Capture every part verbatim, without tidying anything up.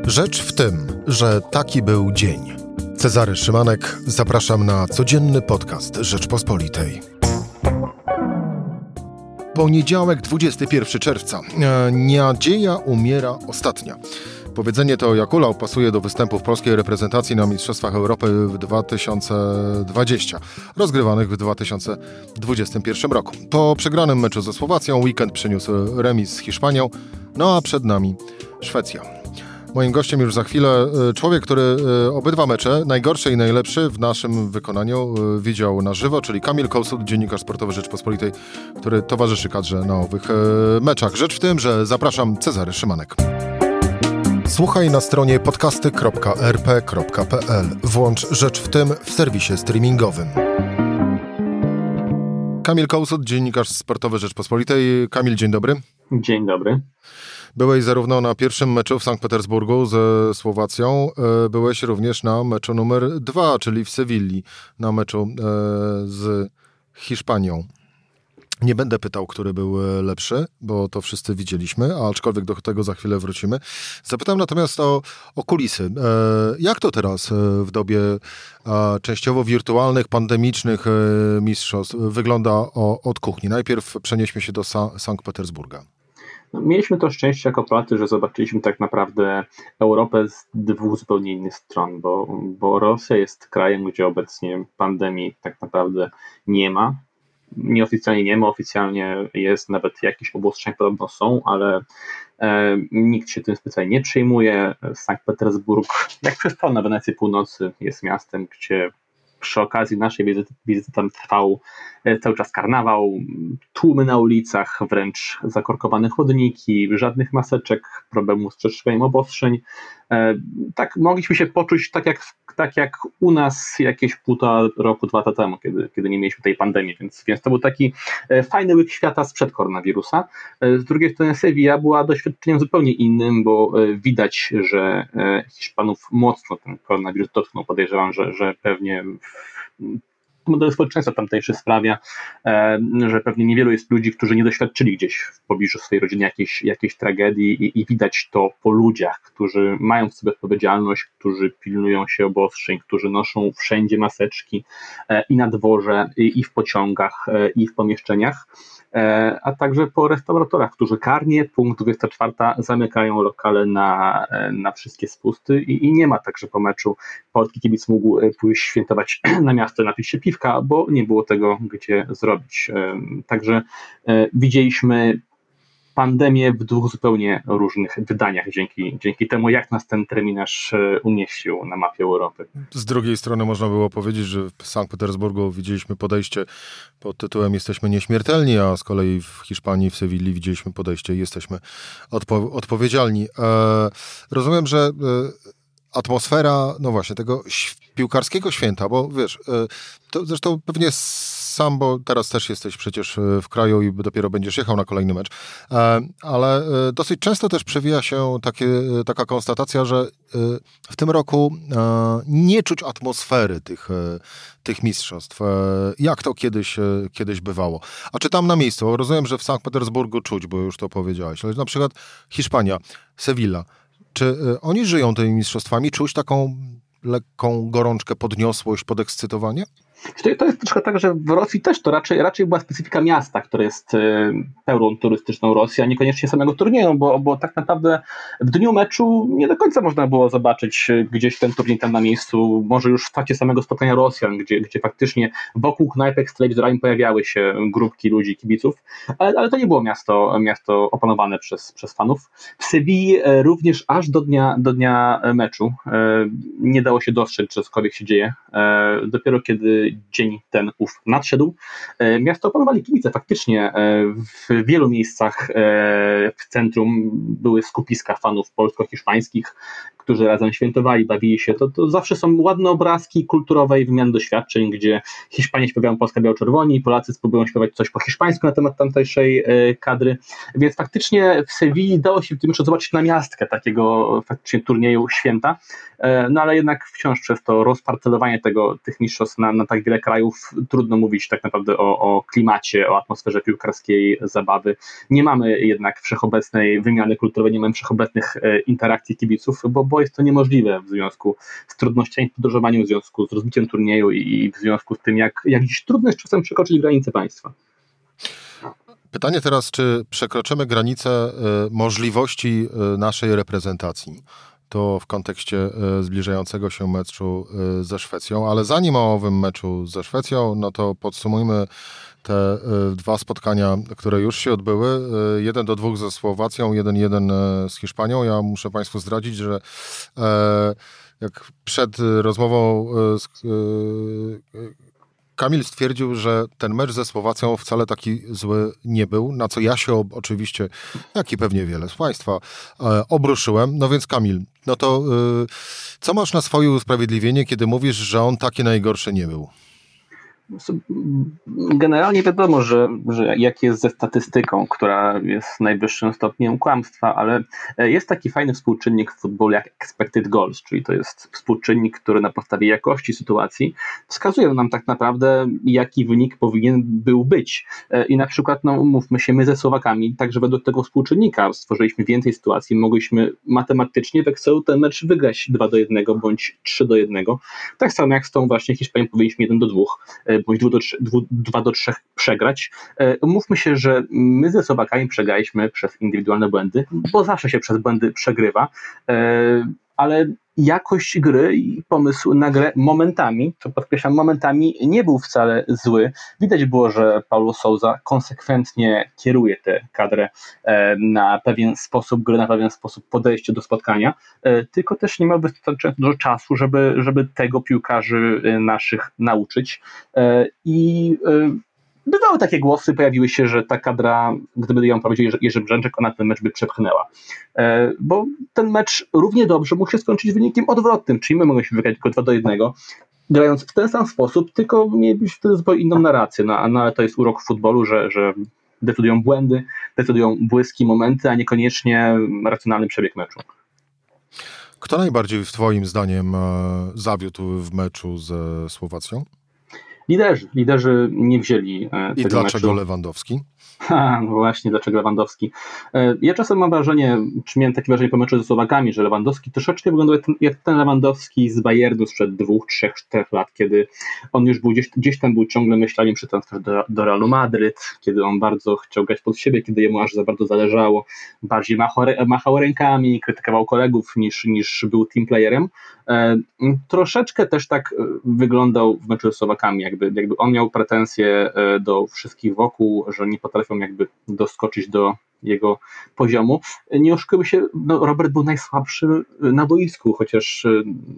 Rzecz w tym, że taki był dzień. Cezary Szymanek, zapraszam na codzienny podcast Rzeczpospolitej. Poniedziałek, dwudziestego pierwszego czerwca. Nadzieja umiera ostatnia. Powiedzenie to jak ulał pasuje do występów polskiej reprezentacji na Mistrzostwach Europy w dwa tysiące dwudziestym, rozgrywanych w dwa tysiące dwudziestym pierwszym roku. Po przegranym meczu ze Słowacją weekend przyniósł remis z Hiszpanią, no a przed nami Szwecja. Moim gościem już za chwilę człowiek, który obydwa mecze, najgorszy i najlepszy w naszym wykonaniu, widział na żywo, czyli Kamil Kołsut, dziennikarz sportowy Rzeczpospolitej, który towarzyszy kadrze na owych meczach. Rzecz w tym, że zapraszam, Cezary Szymanek. Słuchaj na stronie podcasty kropka er pe kropka pe el. Włącz Rzecz w tym w serwisie streamingowym. Kamil Kołsut, dziennikarz sportowy Rzeczpospolitej. Kamil, dzień dobry. Dzień dobry. Byłeś zarówno na pierwszym meczu w Sankt Petersburgu ze Słowacją, byłeś również na meczu numer dwa, czyli w Sewilli, na meczu z Hiszpanią. Nie będę pytał, który był lepszy, bo to wszyscy widzieliśmy, aczkolwiek do tego za chwilę wrócimy. Zapytam natomiast o, o kulisy. Jak to teraz w dobie częściowo wirtualnych, pandemicznych mistrzostw wygląda od kuchni? Najpierw przenieśmy się do Sa- Sankt Petersburga. No, mieliśmy to szczęście jako Polacy, że zobaczyliśmy tak naprawdę Europę z dwóch zupełnie innych stron, bo, bo Rosja jest krajem, gdzie obecnie pandemii tak naprawdę nie ma. Nieoficjalnie nie ma, oficjalnie jest, nawet jakieś obostrzenia podobno są, ale e, nikt się tym specjalnie nie przejmuje. Sankt Petersburg, jak przystał na Wenecji Północy, jest miastem, gdzie przy okazji naszej wizyty, wizyty tam trwał cały czas karnawał, tłumy na ulicach, wręcz zakorkowane chodniki, żadnych maseczek, problemu z przestrzeganiem obostrzeń. Tak mogliśmy się poczuć tak jak, tak jak u nas jakieś półtora roku, dwa lata temu, kiedy, kiedy nie mieliśmy tej pandemii, więc, więc to był taki fajny łyk świata sprzed koronawirusa. Z drugiej strony Sevilla była doświadczeniem zupełnie innym, bo widać, że Hiszpanów mocno ten koronawirus dotknął. Podejrzewam, że, że pewnie model społeczeństwa tamtejszy sprawia, że pewnie niewielu jest ludzi, którzy nie doświadczyli gdzieś w pobliżu swojej rodziny jakiejś, jakiejś tragedii i, i widać to po ludziach, którzy mają w sobie odpowiedzialność, którzy pilnują się obostrzeń, którzy noszą wszędzie maseczki i na dworze, i, i w pociągach, i w pomieszczeniach, a także po restauratorach, którzy karnie, punkt dwudziesta czwarta, zamykają lokale na, na wszystkie spusty i, i nie ma tak, że po meczu polski kibic mógł pójść świętować na miasto, napić się piwka, bo nie było tego gdzie zrobić. Także widzieliśmy pandemię w dwóch zupełnie różnych wydaniach dzięki, dzięki temu, jak nas ten terminarz umieścił na mapie Europy. Z drugiej strony można było powiedzieć, że w Sankt Petersburgu widzieliśmy podejście pod tytułem Jesteśmy nieśmiertelni, a z kolei w Hiszpanii, w Sewilli widzieliśmy podejście Jesteśmy odpo- odpowiedzialni. E, rozumiem, że e, atmosfera, no właśnie, tego piłkarskiego święta, bo wiesz, e, to zresztą pewnie sam, bo teraz też jesteś przecież w kraju i dopiero będziesz jechał na kolejny mecz, ale dosyć często też przewija się takie, taka konstatacja, że w tym roku nie czuć atmosfery tych, tych mistrzostw, jak to kiedyś, kiedyś bywało. A czy tam na miejscu? Rozumiem, że w Sankt Petersburgu czuć, bo już to powiedziałeś, ale na przykład Hiszpania, Sevilla, czy oni żyją tymi mistrzostwami? Czuć taką lekką gorączkę, podniosłość, podekscytowanie? To jest troszkę tak, że w Rosji też to raczej, raczej była specyfika miasta, które jest pełną turystyczną Rosji, a niekoniecznie samego turnieju, bo, bo tak naprawdę w dniu meczu nie do końca można było zobaczyć gdzieś ten turniej tam na miejscu, może już w trakcie samego spotkania Rosjan, gdzie, gdzie faktycznie wokół knajpek z telewizorami pojawiały się grupki ludzi, kibiców, ale, ale to nie było miasto, miasto opanowane przez, przez fanów. W Sewilli również aż do dnia, do dnia meczu nie dało się dostrzec, że cokolwiek się dzieje. Dopiero kiedy dzień ten ów nadszedł, miasto opanowali kibice. Faktycznie w wielu miejscach w centrum były skupiska fanów polsko-hiszpańskich, którzy razem świętowali, bawili się. To, to zawsze są ładne obrazki kulturowej wymiany doświadczeń, gdzie Hiszpanie śpiewają Polska biało-czerwoni, Polacy spróbują śpiewać coś po hiszpańsku na temat tamtejszej kadry. Więc faktycznie w Sewilli dało się w tym jeszcze zobaczyć namiastkę takiego faktycznie turnieju święta. No ale jednak wciąż przez to rozparcelowanie tego, tych mistrzostw na, na tak wiele krajów trudno mówić tak naprawdę o, o klimacie, o atmosferze piłkarskiej zabawy. Nie mamy jednak wszechobecnej wymiany kulturowej, nie mamy wszechobecnych interakcji kibiców, bo, bo bo jest to niemożliwe w związku z trudnościami w podróżowaniu, w związku z rozbiciem turnieju i w związku z tym, jak, jak dziś trudno jest czasem przekroczyć granice państwa. Pytanie teraz, czy przekroczymy granicę y, możliwości y, naszej reprezentacji? To w kontekście y, zbliżającego się meczu y, ze Szwecją, ale zanim o owym meczu ze Szwecją, no to podsumujmy te y, dwa spotkania, które już się odbyły. Y, jeden do dwóch ze Słowacją, jeden jeden y, z Hiszpanią. Ja muszę Państwu zdradzić, że y, jak przed rozmową y, z, y, Kamil stwierdził, że ten mecz ze Słowacją wcale taki zły nie był, na co ja się oczywiście, jak i pewnie wiele z Państwa, e, obruszyłem. No więc Kamil, no to e, co masz na swoje usprawiedliwienie, kiedy mówisz, że on taki najgorszy nie był? Generalnie wiadomo, że, że jak jest ze statystyką, która jest najwyższym stopniem kłamstwa, ale jest taki fajny współczynnik w futbolu jak expected goals, czyli to jest współczynnik, który na podstawie jakości sytuacji wskazuje nam tak naprawdę, jaki wynik powinien był być. I na przykład, no mówmy się, my ze Słowakami, także według tego współczynnika stworzyliśmy więcej sytuacji, mogliśmy matematycznie w Excelu ten mecz wygrać dwa do jednego bądź trzy do jednego. Tak samo jak z tą właśnie Hiszpanią powinniśmy jeden do dwóch bądź dwa do trzech przegrać. Mówmy się, że my ze Słowakami przegraliśmy przez indywidualne błędy, bo zawsze się przez błędy przegrywa, ale jakość gry i pomysł na grę momentami, to podkreślam, momentami nie był wcale zły. Widać było, że Paulo Sousa konsekwentnie kieruje tę kadrę na pewien sposób gry, na pewien sposób podejście do spotkania, tylko też nie miał wystarczająco dużo czasu, żeby, żeby tego piłkarzy naszych nauczyć. I bywały takie głosy, pojawiły się, że ta kadra, gdyby ją prowadził Jerzy Brzęczek, ona ten mecz by przepchnęła. Bo ten mecz równie dobrze mógł się skończyć wynikiem odwrotnym, czyli my mogliśmy wygrać tylko dwa do jednego, grając w ten sam sposób, tylko mielibyśmy wtedy zupełnie inną narrację. No, no ale to jest urok futbolu, że, że decydują błędy, decydują błyski, momenty, a niekoniecznie racjonalny przebieg meczu. Kto najbardziej w Twoim zdaniem zawiódł w meczu ze Słowacją? Liderzy. Liderzy nie wzięli I tego dlaczego meczu. Lewandowski? Ha, no właśnie, dlaczego Lewandowski? Ja czasem mam wrażenie, czy miałem takie wrażenie po meczu ze Słowakami, że Lewandowski troszeczkę wyglądał jak ten, jak ten Lewandowski z Bayernu sprzed dwóch, trzech, czterech lat, kiedy on już był gdzieś, gdzieś tam był ciągle myśleniem przy transferze do, do Realu Madryt, kiedy on bardzo chciał grać pod siebie, kiedy jemu aż za bardzo zależało, bardziej machał, machał rękami, krytykował kolegów niż, niż był teamplayerem. E, troszeczkę też tak wyglądał w meczu ze Słowakami, jakby, jakby on miał pretensje do wszystkich wokół, że nie potrafią jakby doskoczyć do jego poziomu. Nie oszukujmy się, no Robert był najsłabszy na boisku, chociaż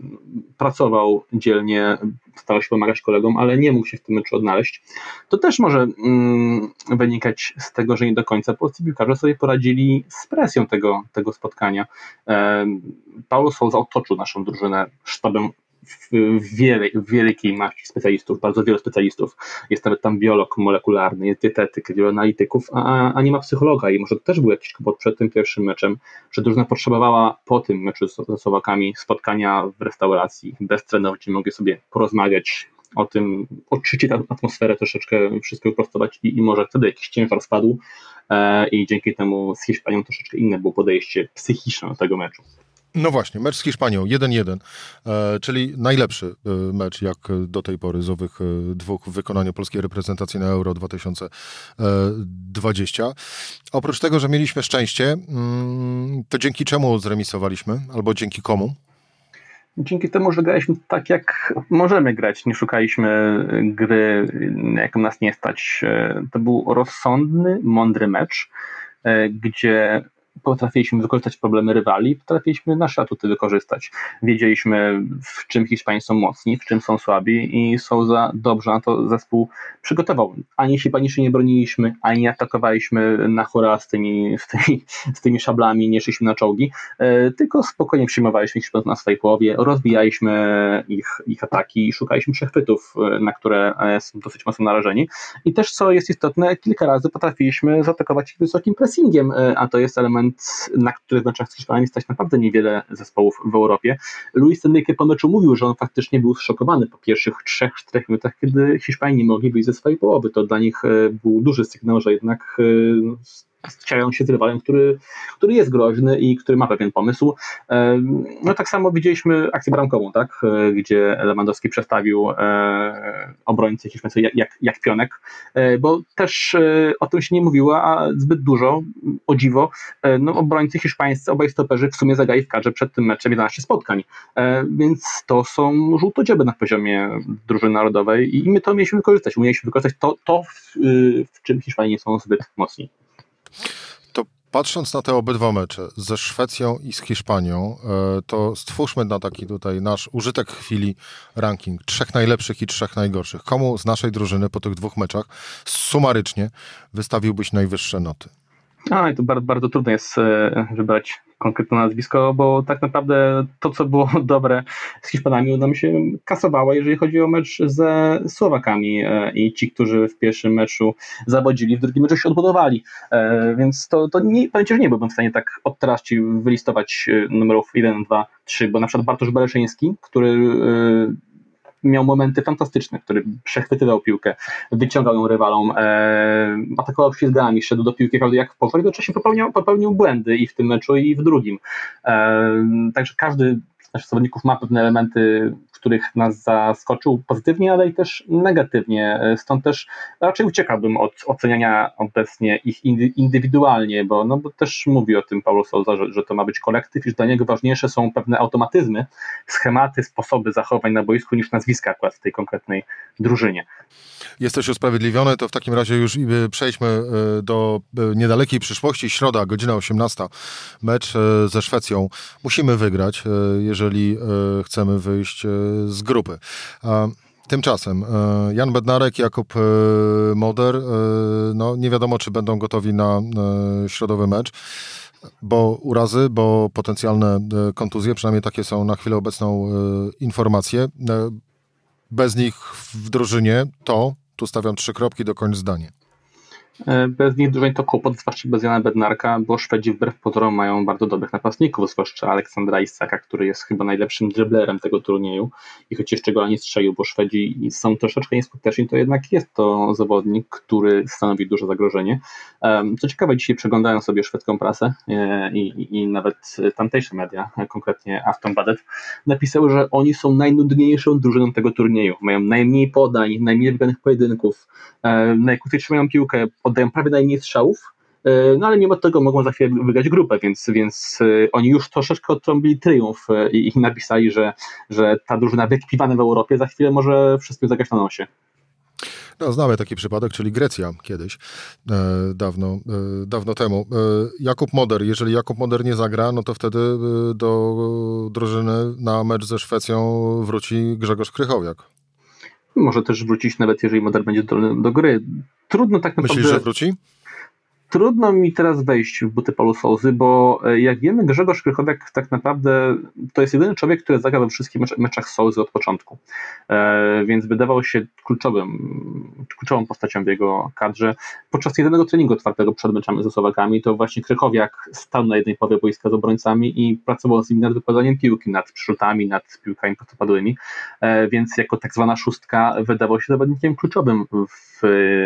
pracował dzielnie, starał się pomagać kolegom, ale nie mógł się w tym meczu odnaleźć. To też może mm, wynikać z tego, że nie do końca polscy piłkarze sobie poradzili z presją tego, tego spotkania. E, Paulo Sousa otoczył naszą drużynę sztabem w wiele, wielkiej maści specjalistów, bardzo wielu specjalistów. Jest nawet tam biolog molekularny, jest dietetyk, wielu analityków, a, a nie ma psychologa i może to też był jakiś kłopot przed tym pierwszym meczem, że drużyna potrzebowała po tym meczu ze Słowakami spotkania w restauracji bez trenerów, gdzie mogli sobie porozmawiać o tym, odczuć tę atmosferę, troszeczkę wszystko uprostować i, i może wtedy jakiś ciężar spadł e, i dzięki temu z Hiszpanią troszeczkę inne było podejście psychiczne do tego meczu. No właśnie, mecz z Hiszpanią jeden jeden, e, czyli najlepszy e, mecz jak do tej pory z owych e, dwóch w wykonaniu polskiej reprezentacji na Euro dwa tysiące dwudziestym. Oprócz tego, że mieliśmy szczęście, mm, to dzięki czemu zremisowaliśmy, albo dzięki komu? Dzięki temu, że graliśmy tak, jak możemy grać. Nie szukaliśmy gry, jaką nas nie stać. To był rozsądny, mądry mecz, gdzie potrafiliśmy wykorzystać problemy rywali, potrafiliśmy nasze atuty wykorzystać. Wiedzieliśmy, w czym Hiszpanie są mocni, w czym są słabi i Sousa dobrze na to zespół przygotował. Ani się panicznie nie broniliśmy, ani nie atakowaliśmy na hura z tymi, z tymi, z tymi szablami, nie szliśmy na czołgi, tylko spokojnie przyjmowaliśmy ich na swojej połowie, rozbijaliśmy ich, ich ataki i szukaliśmy przechwytów, na które są dosyć mocno narażeni. I też, co jest istotne, kilka razy potrafiliśmy zaatakować ich wysokim pressingiem, a to jest element, na których meczach z Hiszpaniami stać naprawdę niewiele zespołów w Europie. Luis Enrique po meczu mówił, że on faktycznie był zszokowany po pierwszych trzech, czterech minutach, kiedy Hiszpanie nie mogli wyjść ze swojej połowy. To dla nich był duży sygnał, że jednak ścierają się z rywalem, który, który jest groźny i który ma pewien pomysł. No tak samo widzieliśmy akcję bramkową, tak? Gdzie Lewandowski przestawił obrońcę hiszpańskiego jak, jak, jak pionek, bo też o tym się nie mówiło, a zbyt dużo, o dziwo, no obrońcy hiszpańscy, obaj stoperzy w sumie zagrali w kadrze przed tym meczem jedenaście spotkań, więc to są żółtodzioby na poziomie drużyny narodowej i my to mieliśmy wykorzystać, umieliśmy wykorzystać to, to w, w czym Hiszpanie są zbyt mocni. To patrząc na te obydwa mecze ze Szwecją i z Hiszpanią, to stwórzmy na taki tutaj nasz użytek chwili ranking trzech najlepszych i trzech najgorszych. Komu z naszej drużyny po tych dwóch meczach sumarycznie wystawiłbyś najwyższe noty? A, to bardzo, bardzo trudno jest wybrać konkretne nazwisko, bo tak naprawdę to, co było dobre z Hiszpanami, nam się kasowało, jeżeli chodzi o mecz ze Słowakami i ci, którzy w pierwszym meczu zawodzili, w drugim meczu się odbudowali, więc to, to nie, powiem ci, że nie byłbym w stanie tak od teraz ci wylistować numerów jeden, dwa, trzy, bo na przykład Bartosz Bereszyński, który miał momenty fantastyczne, który przechwytywał piłkę, wyciągał ją rywalom, e, atakował ślizgami, szedł do piłki, prawda, jak w Polsce, jednocześnie popełniał, popełnił błędy i w tym meczu, i w drugim. E, także każdy z naszych zawodników ma pewne elementy, w których nas zaskoczył pozytywnie, ale i też negatywnie. Stąd też raczej uciekałbym od oceniania obecnie ich indywidualnie, bo, no, bo też mówi o tym Paulo Sousa, że, że to ma być kolektyw i że dla niego ważniejsze są pewne automatyzmy, schematy, sposoby zachowań na boisku niż nazwiska akurat w tej konkretnej drużynie. Jesteś usprawiedliwiony, to w takim razie już przejdźmy do niedalekiej przyszłości. Środa, godzina osiemnasta, mecz ze Szwecją. Musimy wygrać, jeżeli chcemy wyjść z grupy. Tymczasem Jan Bednarek, Jakub Moder, no nie wiadomo, czy będą gotowi na środowy mecz, bo urazy, bo potencjalne kontuzje, przynajmniej takie są na chwilę obecną informacje. Bez nich w drużynie to, tu stawiam trzy kropki, dokończ zdanie. Bez nich drużyn to kłopot, zwłaszcza bez Jana Bednarka, bo Szwedzi wbrew pozorom mają bardzo dobrych napastników, zwłaszcza Aleksandra Isaka, który jest chyba najlepszym driblerem tego turnieju i choć jeszcze gola nie strzelił, bo Szwedzi są troszeczkę nieskuteczni, to jednak jest to zawodnik, który stanowi duże zagrożenie. Co ciekawe, dzisiaj przeglądałem sobie szwedzką prasę i, i, i nawet tamtejsze media, konkretnie Aftonbladet, napisały, że oni są najnudniejszą drużyną tego turnieju. Mają najmniej podań, najmniej wygranych pojedynków, najkrócej trzymają piłkę, oddają prawie najmniej strzałów, no ale mimo tego mogą za chwilę wygrać grupę, więc, więc oni już troszeczkę odtrąbili triumf i, i napisali, że, że ta drużyna wykpiwana w Europie za chwilę może wszystkim zagrać na nosie. No, znamy taki przypadek, czyli Grecja kiedyś, e, dawno, e, dawno temu. E, Jakub Moder, jeżeli Jakub Moder nie zagra, no to wtedy e, do drużyny na mecz ze Szwecją wróci Grzegorz Krychowiak. Może też wrócić, nawet jeżeli Moder będzie zdolny do gry. Trudno tak naprawdę... Myślisz, że wróci? Trudno mi teraz wejść w buty Paulo Sousy, bo jak wiemy, Grzegorz Krychowiak tak naprawdę to jest jedyny człowiek, który zagrał we wszystkich mecz- meczach Sousy od początku, e, więc wydawał się kluczowym, kluczową postacią w jego kadrze. Podczas jedynego treningu otwartego przed meczami ze Słowakami to właśnie Krychowiak stał na jednej połowie boiska z obrońcami i pracował z nimi nad wykładaniem piłki, nad przyrzutami, nad piłkami prostopadłymi, e, więc jako tak zwana szóstka wydawał się zawodnikiem kluczowym w,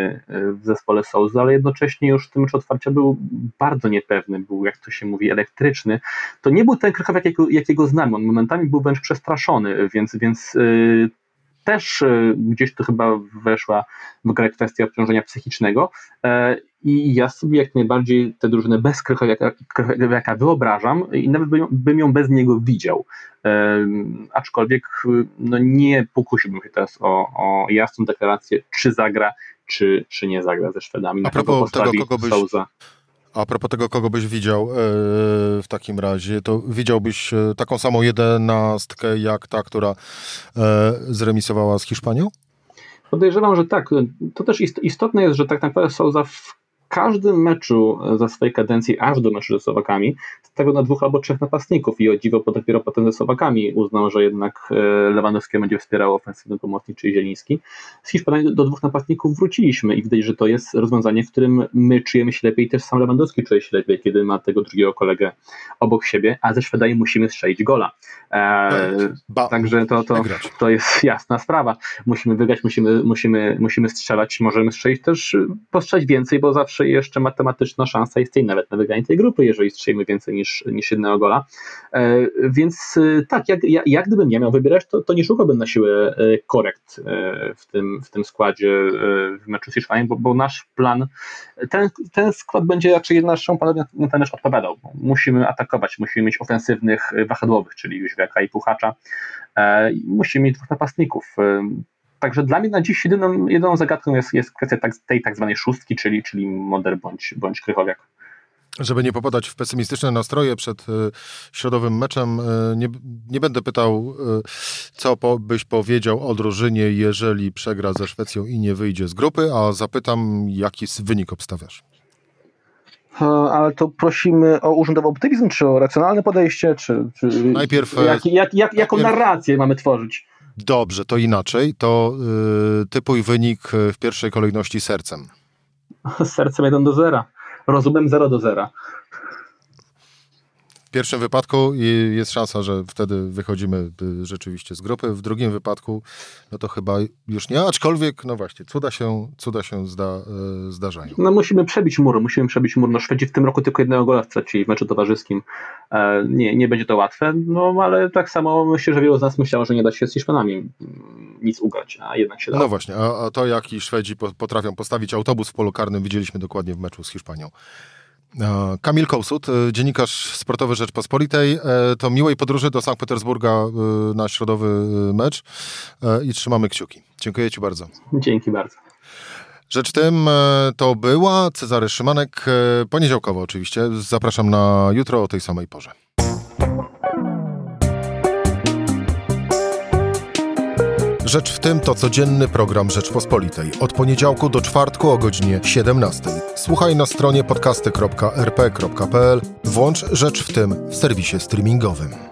w zespole Sousy, ale jednocześnie już w tym otwarcia był bardzo niepewny, był, jak to się mówi, elektryczny. To nie był ten Krychowiak, jakiego, jakiego znamy. On momentami był wręcz przestraszony, więc, więc yy, też yy, gdzieś tu chyba weszła w grę kwestia obciążenia psychicznego yy, i ja sobie jak najbardziej tę drużynę bez Krychowiaka, Krychowiaka wyobrażam i nawet bym, bym ją bez niego widział. Yy, aczkolwiek yy, no nie pokusiłbym się teraz o, o jasną deklarację, czy zagra, Czy, czy nie zagra ze Szwedami. A propos tego, kogo byś, a propos tego, kogo byś widział yy, w takim razie, to widziałbyś yy, taką samą jedenastkę jak ta, która yy, zremisowała z Hiszpanią? Podejrzewam, że tak. To też istotne jest, że tak naprawdę Sousa w każdym meczu za swojej kadencji, aż do meczu ze Słowakami, stawiał na dwóch albo trzech napastników i o dziwo dopiero potem ze Słowakami uznał, że jednak Lewandowski będzie wspierał ofensywny pomocnik, czyli Zieliński. Z Hiszpanii do dwóch napastników wróciliśmy i widać, że to jest rozwiązanie, w którym my czujemy się lepiej, też sam Lewandowski czuje się lepiej, kiedy ma tego drugiego kolegę obok siebie, a ze Szwedami musimy strzelić gola. Eee, ba, także to, to, to jest jasna sprawa. Musimy wygrać, musimy, musimy, musimy strzelać, możemy strzelić też, postrzelać więcej, bo zawsze jeszcze, jeszcze matematyczna szansa istnieje nawet na wygranie tej grupy, jeżeli strzelimy więcej niż, niż jednego gola. Więc tak, jak, jak, jak gdybym ja miał wybierać, to, to nie szukałbym na siłę korekt w tym, w tym składzie w meczu z Hiszpanią, bo, bo nasz plan, ten, ten skład będzie raczej naszą planowi na ten mecz odpowiadał. Musimy atakować, musimy mieć ofensywnych wahadłowych, czyli Jóźwiaka i Puchacza. Musimy mieć dwóch napastników. Także dla mnie na dziś jedyną, jedyną zagadką jest, jest kwestia tak, tej tak zwanej szóstki, czyli, czyli Moder bądź, bądź Krychowiak. Żeby nie popadać w pesymistyczne nastroje przed y, środowym meczem, y, nie, nie będę pytał, y, co po, byś powiedział o drużynie, jeżeli przegra ze Szwecją i nie wyjdzie z grupy, a zapytam, jaki wynik obstawiasz? Ale to prosimy o urzędowy optymizm, czy o racjonalne podejście, czy, czy najpierw, jak, jak, jak, jaką najpierw... narrację mamy tworzyć? Dobrze, to inaczej, to y, typuj wynik w pierwszej kolejności sercem. Sercem jeden do zera. Rozumem zero do zera. W pierwszym wypadku jest szansa, że wtedy wychodzimy rzeczywiście z grupy. W drugim wypadku, no to chyba już nie, aczkolwiek, no właśnie, cuda się, cuda się zda, zdarzają. No musimy przebić mur, musimy przebić mur. No Szwedzi w tym roku tylko jednego gola stracili w meczu towarzyskim. Nie, nie będzie to łatwe, no ale tak samo myślę, że wielu z nas myślało, że nie da się z Hiszpanami nic ugrać, a jednak się da. No właśnie, a, a to jak i Szwedzi potrafią postawić autobus w polu karnym, widzieliśmy dokładnie w meczu z Hiszpanią. Kamil Kołsut, dziennikarz sportowy Rzeczpospolitej. To miłej podróży do Sankt Petersburga na środowy mecz i trzymamy kciuki. Dziękuję Ci bardzo. Dzięki bardzo. Rzecz w tym to była Cezary Szymanek, poniedziałkowo oczywiście. Zapraszam na jutro o tej samej porze. Rzecz w tym to codzienny program Rzeczpospolitej. Od poniedziałku do czwartku o godzinie siedemnastej. Słuchaj na stronie podcasty kropka er pe kropka pe el. Włącz Rzecz w tym w serwisie streamingowym.